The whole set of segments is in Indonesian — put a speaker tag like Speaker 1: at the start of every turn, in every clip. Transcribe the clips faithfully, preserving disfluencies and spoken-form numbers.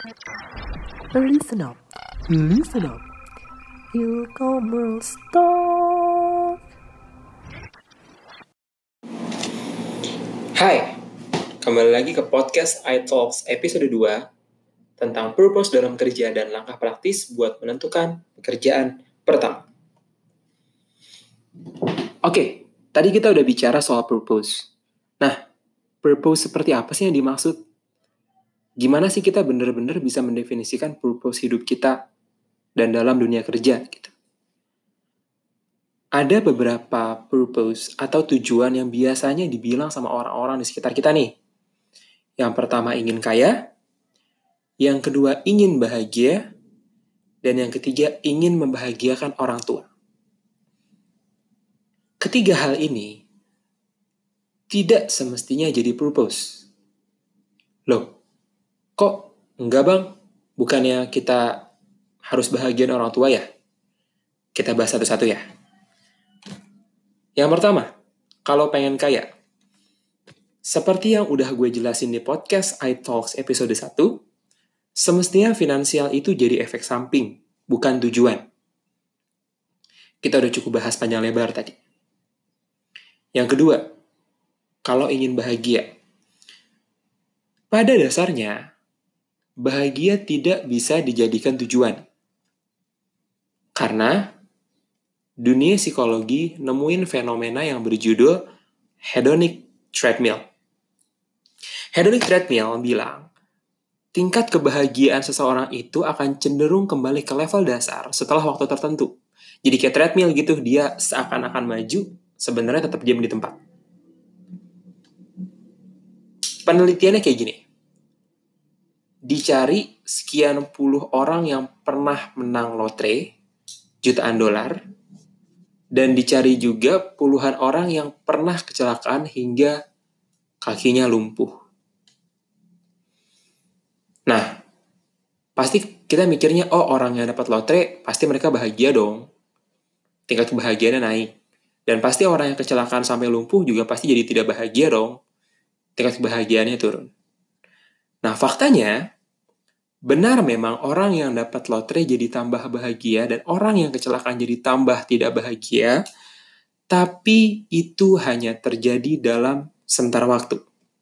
Speaker 1: Listen up, listen up. E-commerce talk.
Speaker 2: Hai, kembali lagi ke podcast iTalks episode dua tentang purpose dalam kerja dan langkah praktis buat menentukan pekerjaan pertama. Oke, tadi kita udah bicara soal purpose. Nah, purpose seperti apa sih yang dimaksud? Gimana sih kita benar-benar bisa mendefinisikan purpose hidup kita dan dalam dunia kerja gitu? Ada beberapa purpose atau tujuan yang biasanya dibilang sama orang-orang di sekitar kita nih. Yang pertama ingin kaya, yang kedua ingin bahagia, dan yang ketiga ingin membahagiakan orang tua. Ketiga hal ini tidak semestinya jadi purpose. Loh, kok enggak bang? Bukannya kita harus bahagian orang tua ya? Kita bahas satu-satu ya. Yang pertama, kalau pengen kaya. Seperti yang udah gue jelasin di podcast iTalks episode satu, semestinya finansial itu jadi efek samping, bukan tujuan. Kita udah cukup bahas panjang lebar tadi. Yang kedua, kalau ingin bahagia. Pada dasarnya, bahagia tidak bisa dijadikan tujuan. Karena dunia psikologi nemuin fenomena yang berjudul hedonic treadmill. Hedonic treadmill bilang, tingkat kebahagiaan seseorang itu akan cenderung kembali ke level dasar setelah waktu tertentu. Jadi kayak treadmill gitu, dia seakan-akan maju, sebenarnya tetap diam di tempat. Penelitiannya kayak gini. Dicari sekian puluh orang yang pernah menang lotre, jutaan dolar, dan dicari juga puluhan orang yang pernah kecelakaan hingga kakinya lumpuh. Nah, pasti kita mikirnya, oh orang yang dapat lotre, pasti mereka bahagia dong. Tingkat kebahagiaannya naik. Dan pasti orang yang kecelakaan sampai lumpuh juga pasti jadi tidak bahagia dong. Tingkat kebahagiaannya turun. Nah, faktanya, benar memang orang yang dapat lotre jadi tambah bahagia dan orang yang kecelakaan jadi tambah tidak bahagia, tapi itu hanya terjadi dalam sementara waktu.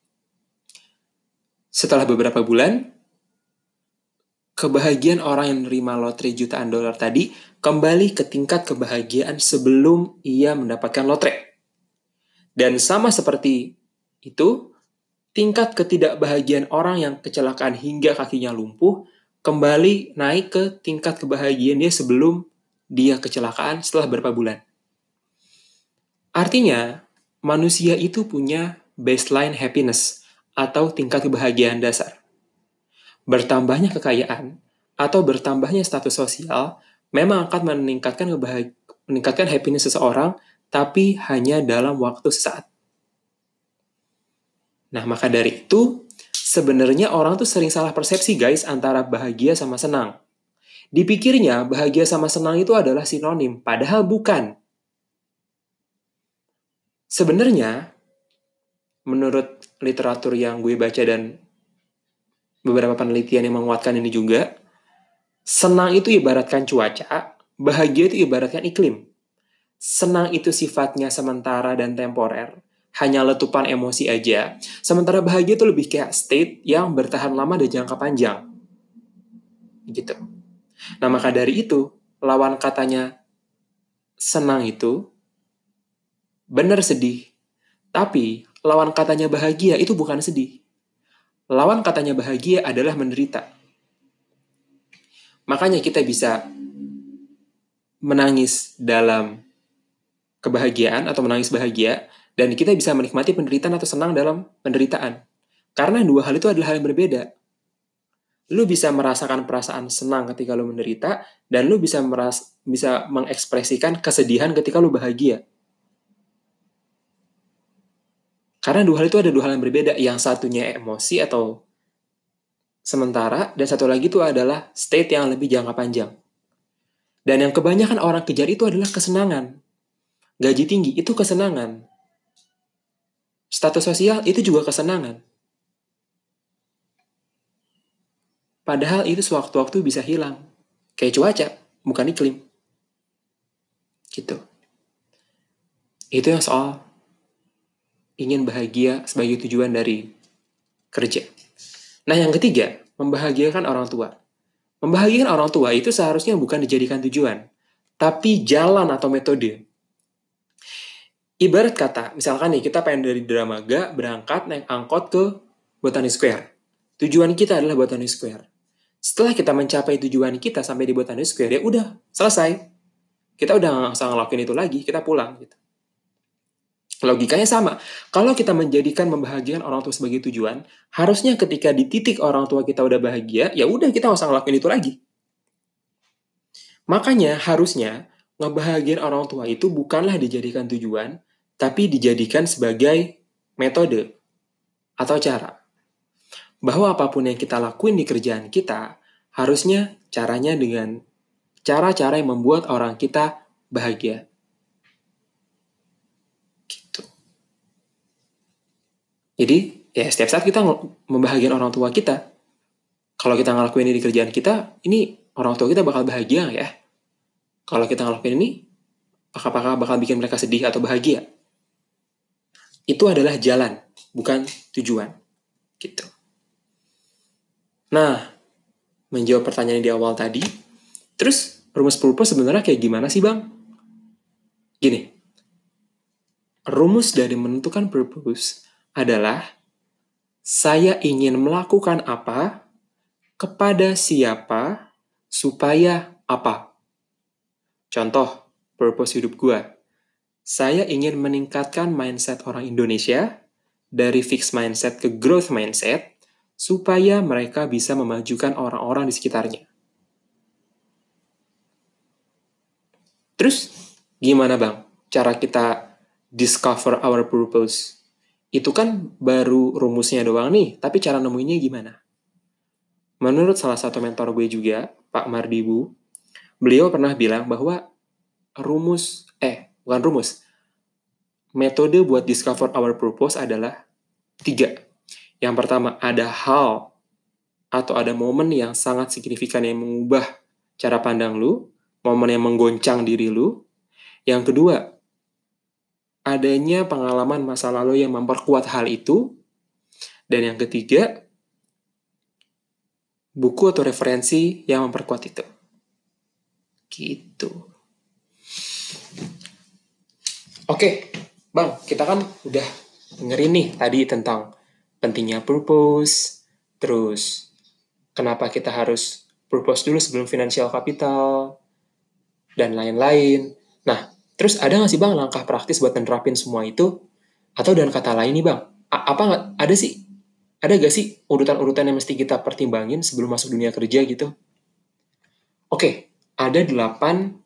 Speaker 2: Setelah beberapa bulan, kebahagiaan orang yang menerima lotre jutaan dolar tadi kembali ke tingkat kebahagiaan sebelum ia mendapatkan lotre. Dan sama seperti itu, tingkat ketidakbahagiaan orang yang kecelakaan hingga kakinya lumpuh kembali naik ke tingkat kebahagiaan dia sebelum dia kecelakaan setelah beberapa bulan. Artinya, manusia itu punya baseline happiness atau tingkat kebahagiaan dasar. Bertambahnya kekayaan atau bertambahnya status sosial memang akan meningkatkan kebahag- meningkatkan happiness seseorang, tapi hanya dalam waktu sesaat. Nah, maka dari itu, sebenarnya orang tuh sering salah persepsi guys antara bahagia sama senang. Dipikirnya bahagia sama senang itu adalah sinonim, padahal bukan. Sebenarnya, menurut literatur yang gue baca dan beberapa penelitian yang menguatkan ini juga, senang itu ibaratkan cuaca, bahagia itu ibaratkan iklim. Senang itu sifatnya sementara dan temporer, hanya letupan emosi aja. Sementara bahagia itu lebih kayak state yang bertahan lama dan jangka panjang. Gitu. Nah, maka dari itu, lawan katanya senang itu benar sedih. Tapi, lawan katanya bahagia itu bukan sedih. Lawan katanya bahagia adalah menderita. Makanya kita bisa menangis dalam kebahagiaan atau menangis bahagia, dan kita bisa menikmati penderitaan atau senang dalam penderitaan. Karena dua hal itu adalah hal yang berbeda. Lu bisa merasakan perasaan senang ketika lu menderita, dan lu bisa meras- bisa mengekspresikan kesedihan ketika lu bahagia. Karena dua hal itu ada dua hal yang berbeda. Yang satunya emosi atau sementara, dan satu lagi itu adalah state yang lebih jangka panjang. Dan yang kebanyakan orang kejar itu adalah kesenangan. Gaji tinggi itu kesenangan. Status sosial itu juga kesenangan. Padahal itu sewaktu-waktu bisa hilang. Kayak cuaca, bukan iklim. Gitu. Itu yang soal ingin bahagia sebagai tujuan dari kerja. Nah, yang ketiga, membahagiakan orang tua. Membahagiakan orang tua itu seharusnya bukan dijadikan tujuan, tapi jalan atau metode. Ibarat kata, misalkan nih, kita pengen dari Dramaga berangkat naik angkot ke Botani Square. Tujuan kita adalah Botani Square. Setelah kita mencapai tujuan kita sampai di Botani Square, ya udah, selesai. Kita udah nggak usah ngelakuin itu lagi, kita pulang. Gitu. Logikanya sama. Kalau kita menjadikan membahagiakan orang tua sebagai tujuan, harusnya ketika di titik orang tua kita udah bahagia, ya udah kita nggak usah ngelakuin itu lagi. Makanya harusnya ngebahagiain orang tua itu bukanlah dijadikan tujuan, tapi dijadikan sebagai metode atau cara. Bahwa apapun yang kita lakuin di kerjaan kita, harusnya caranya dengan cara-cara yang membuat orang kita bahagia. Gitu. Jadi, ya setiap saat kita membahagiakan orang tua kita. Kalau kita ngelakuin ini di kerjaan kita, ini orang tua kita bakal bahagia ya? Kalau kita ngelakuin ini, apakah bakal bikin mereka sedih atau bahagia? Itu adalah jalan, bukan tujuan. Gitu. Nah, menjawab pertanyaan di awal tadi, terus rumus purpose sebenarnya kayak gimana sih, Bang? Gini, rumus dari menentukan purpose adalah saya ingin melakukan apa, kepada siapa, supaya apa. Contoh, purpose hidup gue. Saya ingin meningkatkan mindset orang Indonesia dari fixed mindset ke growth mindset supaya mereka bisa memajukan orang-orang di sekitarnya. Terus, gimana Bang cara kita discover our purpose? Itu kan baru rumusnya doang nih, tapi cara nemuinnya gimana? Menurut salah satu mentor gue juga, Pak Mardibu, beliau pernah bilang bahwa rumus, eh, bukan rumus, metode buat discover our purpose adalah tiga. Yang pertama, ada hal atau ada momen yang sangat signifikan yang mengubah cara pandang lu, momen yang menggoncang diri lu. Yang kedua, adanya pengalaman masa lalu yang memperkuat hal itu. Dan yang ketiga, buku atau referensi yang memperkuat itu. Gitu. Oke, Bang, kita kan udah dengerin nih tadi tentang pentingnya purpose, terus kenapa kita harus purpose dulu sebelum financial capital, dan lain-lain. Nah, terus ada nggak sih Bang langkah praktis buat menerapin semua itu? Atau dengan kata lain nih Bang, a- apa nggak ada sih? Ada nggak sih urutan-urutan yang mesti kita pertimbangin sebelum masuk dunia kerja gitu? Oke, ada delapan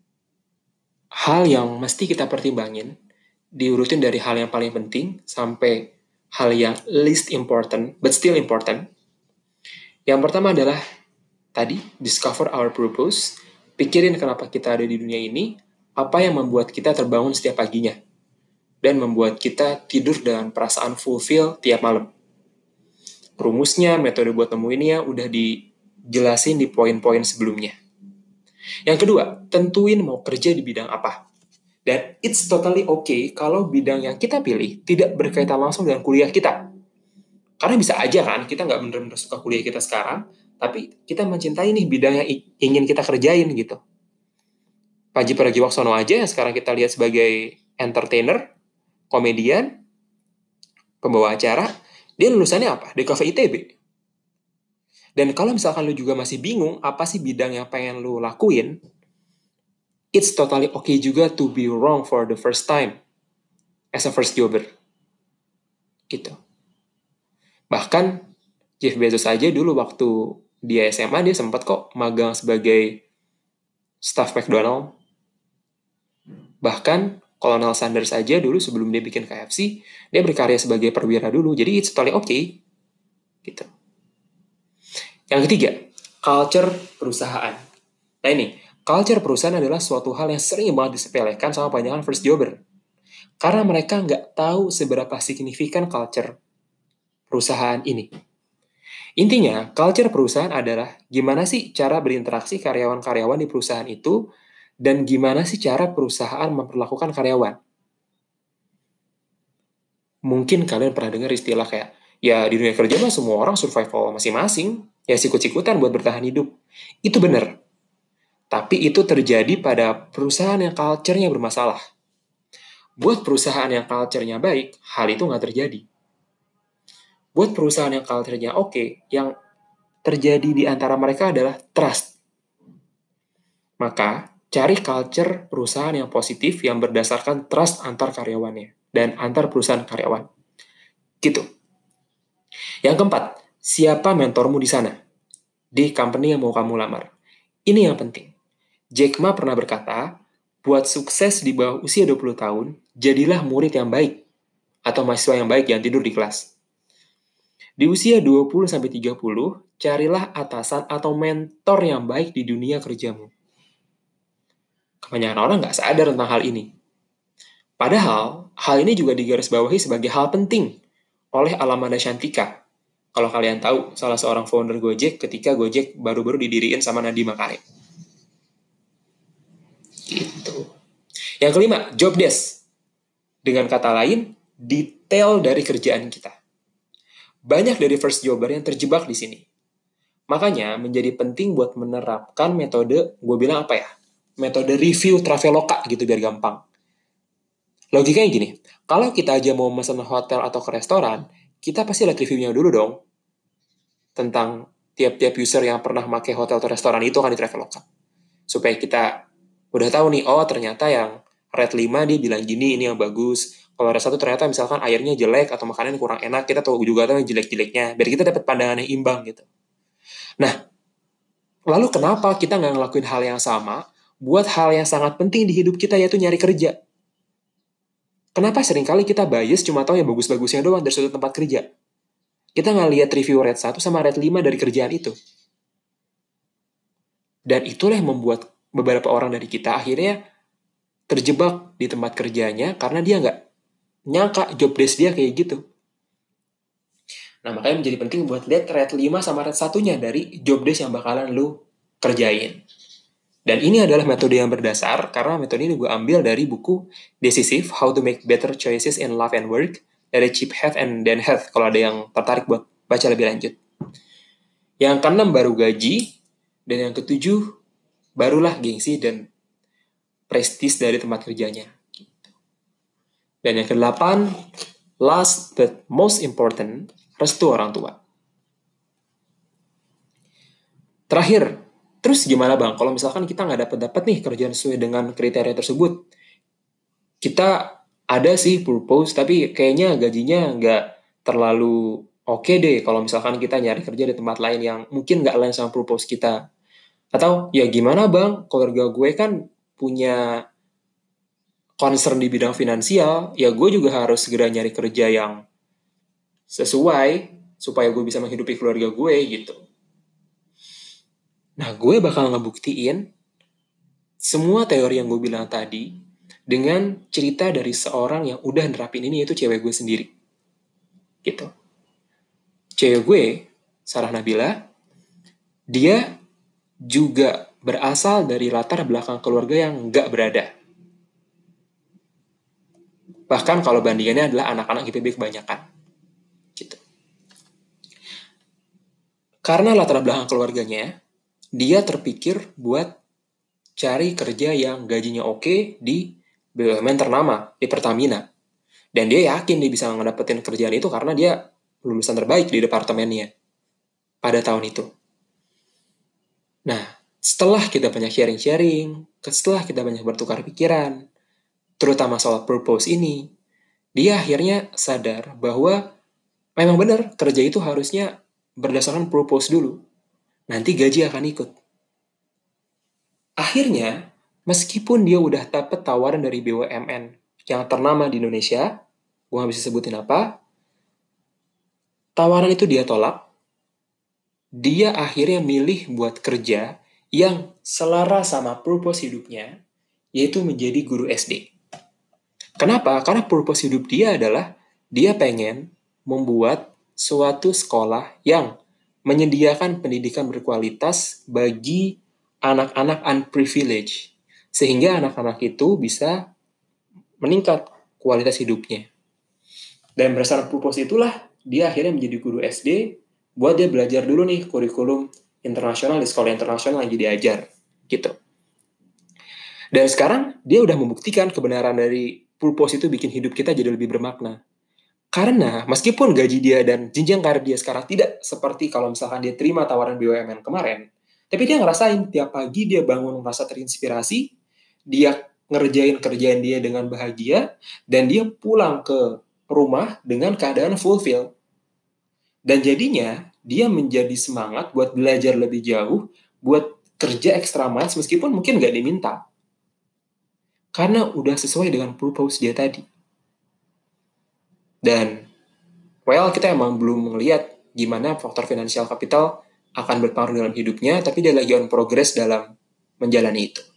Speaker 2: hal yang mesti kita pertimbangin, diurutin dari hal yang paling penting sampai hal yang least important, but still important. Yang pertama adalah tadi, discover our purpose, pikirin kenapa kita ada di dunia ini, apa yang membuat kita terbangun setiap paginya, dan membuat kita tidur dengan perasaan fulfill tiap malam. Rumusnya, metode buat nemuinnya udah dijelasin di poin-poin sebelumnya. Yang kedua, tentuin mau kerja di bidang apa. Dan it's totally okay kalau bidang yang kita pilih tidak berkaitan langsung dengan kuliah kita. Karena bisa aja kan, kita nggak bener-bener suka kuliah kita sekarang, tapi kita mencintai nih bidang yang ingin kita kerjain gitu. Panji Pragiwaksono aja yang sekarang kita lihat sebagai entertainer, komedian, pembawa acara, dia lulusannya apa? D K V I T B. Dan kalau misalkan lu juga masih bingung apa sih bidang yang pengen lu lakuin, it's totally okay juga to be wrong for the first time as a first jobber. Gitu. Bahkan Jeff Bezos aja dulu waktu dia S M A dia sempat kok magang sebagai staff McDonald. Bahkan Colonel Sanders aja dulu sebelum dia bikin K F C, dia berkarya sebagai perwira dulu. Jadi it's totally okay. Gitu. Yang ketiga, culture perusahaan. Nah ini, culture perusahaan adalah suatu hal yang sering banget disepelekan sama banyak first jobber. Karena mereka nggak tahu seberapa signifikan culture perusahaan ini. Intinya, culture perusahaan adalah gimana sih cara berinteraksi karyawan-karyawan di perusahaan itu, dan gimana sih cara perusahaan memperlakukan karyawan. Mungkin kalian pernah dengar istilah kayak, ya di dunia kerja mah semua orang survival masing-masing, ya sikut-sikutan buat bertahan hidup. Itu benar. Tapi itu terjadi pada perusahaan yang culture-nya bermasalah. Buat perusahaan yang culture-nya baik, hal itu nggak terjadi. Buat perusahaan yang culture-nya oke, yang terjadi di antara mereka adalah trust. Maka, cari culture perusahaan yang positif yang berdasarkan trust antar karyawannya dan antar perusahaan karyawan. Gitu. Yang keempat, siapa mentormu di sana? Di company yang mau kamu lamar. Ini yang penting. Jack Ma pernah berkata, buat sukses di bawah usia dua puluh tahun, jadilah murid yang baik atau mahasiswa yang baik yang tidur di kelas. Di usia dua puluh sampai tiga puluh, carilah atasan atau mentor yang baik di dunia kerjamu. Kebanyakan orang nggak sadar tentang hal ini. Padahal, hal ini juga digarisbawahi sebagai hal penting oleh Alamanda Shantika. Kalau kalian tahu, salah seorang founder Gojek ketika Gojek baru-baru didiriin sama Nadiem Makarim. Gitu. Yang kelima, job desk. Dengan kata lain, detail dari kerjaan kita. Banyak dari first jobber yang terjebak di sini. Makanya menjadi penting buat menerapkan metode, gue bilang apa ya? Metode review Traveloka gitu biar gampang. Logikanya gini, kalau kita aja mau pesan hotel atau ke restoran, kita pasti lihat reviewnya dulu dong. Tentang tiap-tiap user yang pernah pakai hotel atau restoran itu kan di Traveloka. Supaya kita udah tahu nih, oh ternyata yang rate lima dia bilang gini, ini yang bagus. Kalau rate satu ternyata misalkan airnya jelek atau makanan kurang enak, kita tahu juga tahu yang jelek-jeleknya. Biar kita dapat pandangan yang imbang gitu. Nah, lalu kenapa kita nggak ngelakuin hal yang sama buat hal yang sangat penting di hidup kita, yaitu nyari kerja? Kenapa seringkali kita bias cuma tahu yang bagus-bagusnya doang dari suatu tempat kerja? Kita nggak lihat review rate satu sama rate lima dari kerjaan itu. Dan itulah yang membuat beberapa orang dari kita akhirnya terjebak di tempat kerjanya karena dia nggak nyangka job desk dia kayak gitu. Nah, makanya menjadi penting buat lihat rate lima sama rate satunya dari job desk yang bakalan lu kerjain. Dan ini adalah metode yang berdasar, karena metode ini gue ambil dari buku Decisive, How to Make Better Choices in Life and Work, dari Chip Heath and Dan Heath, kalau ada yang tertarik buat baca lebih lanjut. Yang keenam baru gaji, dan yang ketujuh barulah gengsi dan prestis dari tempat kerjanya. Dan yang kedelapan, last but most important, restu orang tua. Terakhir, terus gimana bang, kalau misalkan kita nggak dapat-dapat nih kerjaan sesuai dengan kriteria tersebut? Kita ada sih purpose, tapi kayaknya gajinya nggak terlalu oke okay deh kalau misalkan kita nyari kerja di tempat lain yang mungkin nggak lain sama purpose kita. Atau ya gimana bang, keluarga gue kan punya concern di bidang finansial, ya gue juga harus segera nyari kerja yang sesuai supaya gue bisa menghidupi keluarga gue gitu. Nah, gue bakal ngebuktiin semua teori yang gue bilang tadi dengan cerita dari seorang yang udah nerapin ini, yaitu cewek gue sendiri. Gitu. Cewek gue, Sarah Nabila, dia juga berasal dari latar belakang keluarga yang nggak berada. Bahkan kalau bandingannya adalah anak-anak I P B kebanyakan. Gitu. Karena latar belakang keluarganya, dia terpikir buat cari kerja yang gajinya oke di B U M N ternama, di Pertamina. Dan dia yakin dia bisa ngedapetin kerjaan itu karena dia lulusan terbaik di departemennya pada tahun itu. Nah, setelah kita banyak sharing-sharing, setelah kita banyak bertukar pikiran, terutama soal purpose ini, dia akhirnya sadar bahwa memang benar kerja itu harusnya berdasarkan purpose dulu. Nanti gaji akan ikut. Akhirnya, meskipun dia udah dapet tawaran dari B U M N yang ternama di Indonesia, gue gak bisa sebutin apa, tawaran itu dia tolak, dia akhirnya milih buat kerja yang selaras sama purpose hidupnya, yaitu menjadi guru S D. Kenapa? Karena purpose hidup dia adalah dia pengen membuat suatu sekolah yang menyediakan pendidikan berkualitas bagi anak-anak unprivileged, sehingga anak-anak itu bisa meningkat kualitas hidupnya. Dan berdasarkan purpose itulah dia akhirnya menjadi guru S D, buat dia belajar dulu nih kurikulum internasional di sekolah internasional lagi diajar, gitu. Dan sekarang dia udah membuktikan kebenaran dari purpose itu bikin hidup kita jadi lebih bermakna. Karena meskipun gaji dia dan jenjang karir dia sekarang tidak seperti kalau misalkan dia terima tawaran B U M N kemarin, tapi dia ngerasain tiap pagi dia bangun merasa terinspirasi, dia ngerjain kerjaan dia dengan bahagia, dan dia pulang ke rumah dengan keadaan fulfill. Dan jadinya dia menjadi semangat buat belajar lebih jauh, buat kerja extra miles meskipun mungkin nggak diminta. Karena udah sesuai dengan purpose dia tadi. Dan, well, kita emang belum melihat gimana faktor finansial kapital akan berpengaruh dalam hidupnya, tapi dia lagi on progress dalam menjalani itu.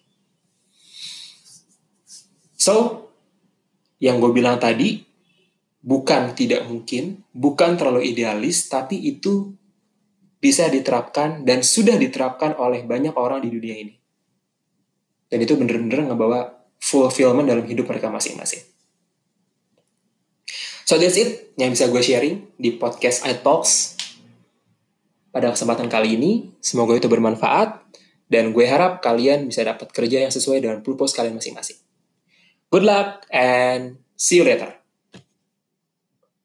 Speaker 2: So, yang gue bilang tadi, bukan tidak mungkin, bukan terlalu idealis, tapi itu bisa diterapkan dan sudah diterapkan oleh banyak orang di dunia ini. Dan itu bener-bener ngebawa fulfillment dalam hidup mereka masing-masing. So that's it yang bisa gue sharing di podcast iTalks pada kesempatan kali ini. Semoga itu bermanfaat dan gue harap kalian bisa dapat kerja yang sesuai dengan purpose kalian masing-masing. Good luck and see you later.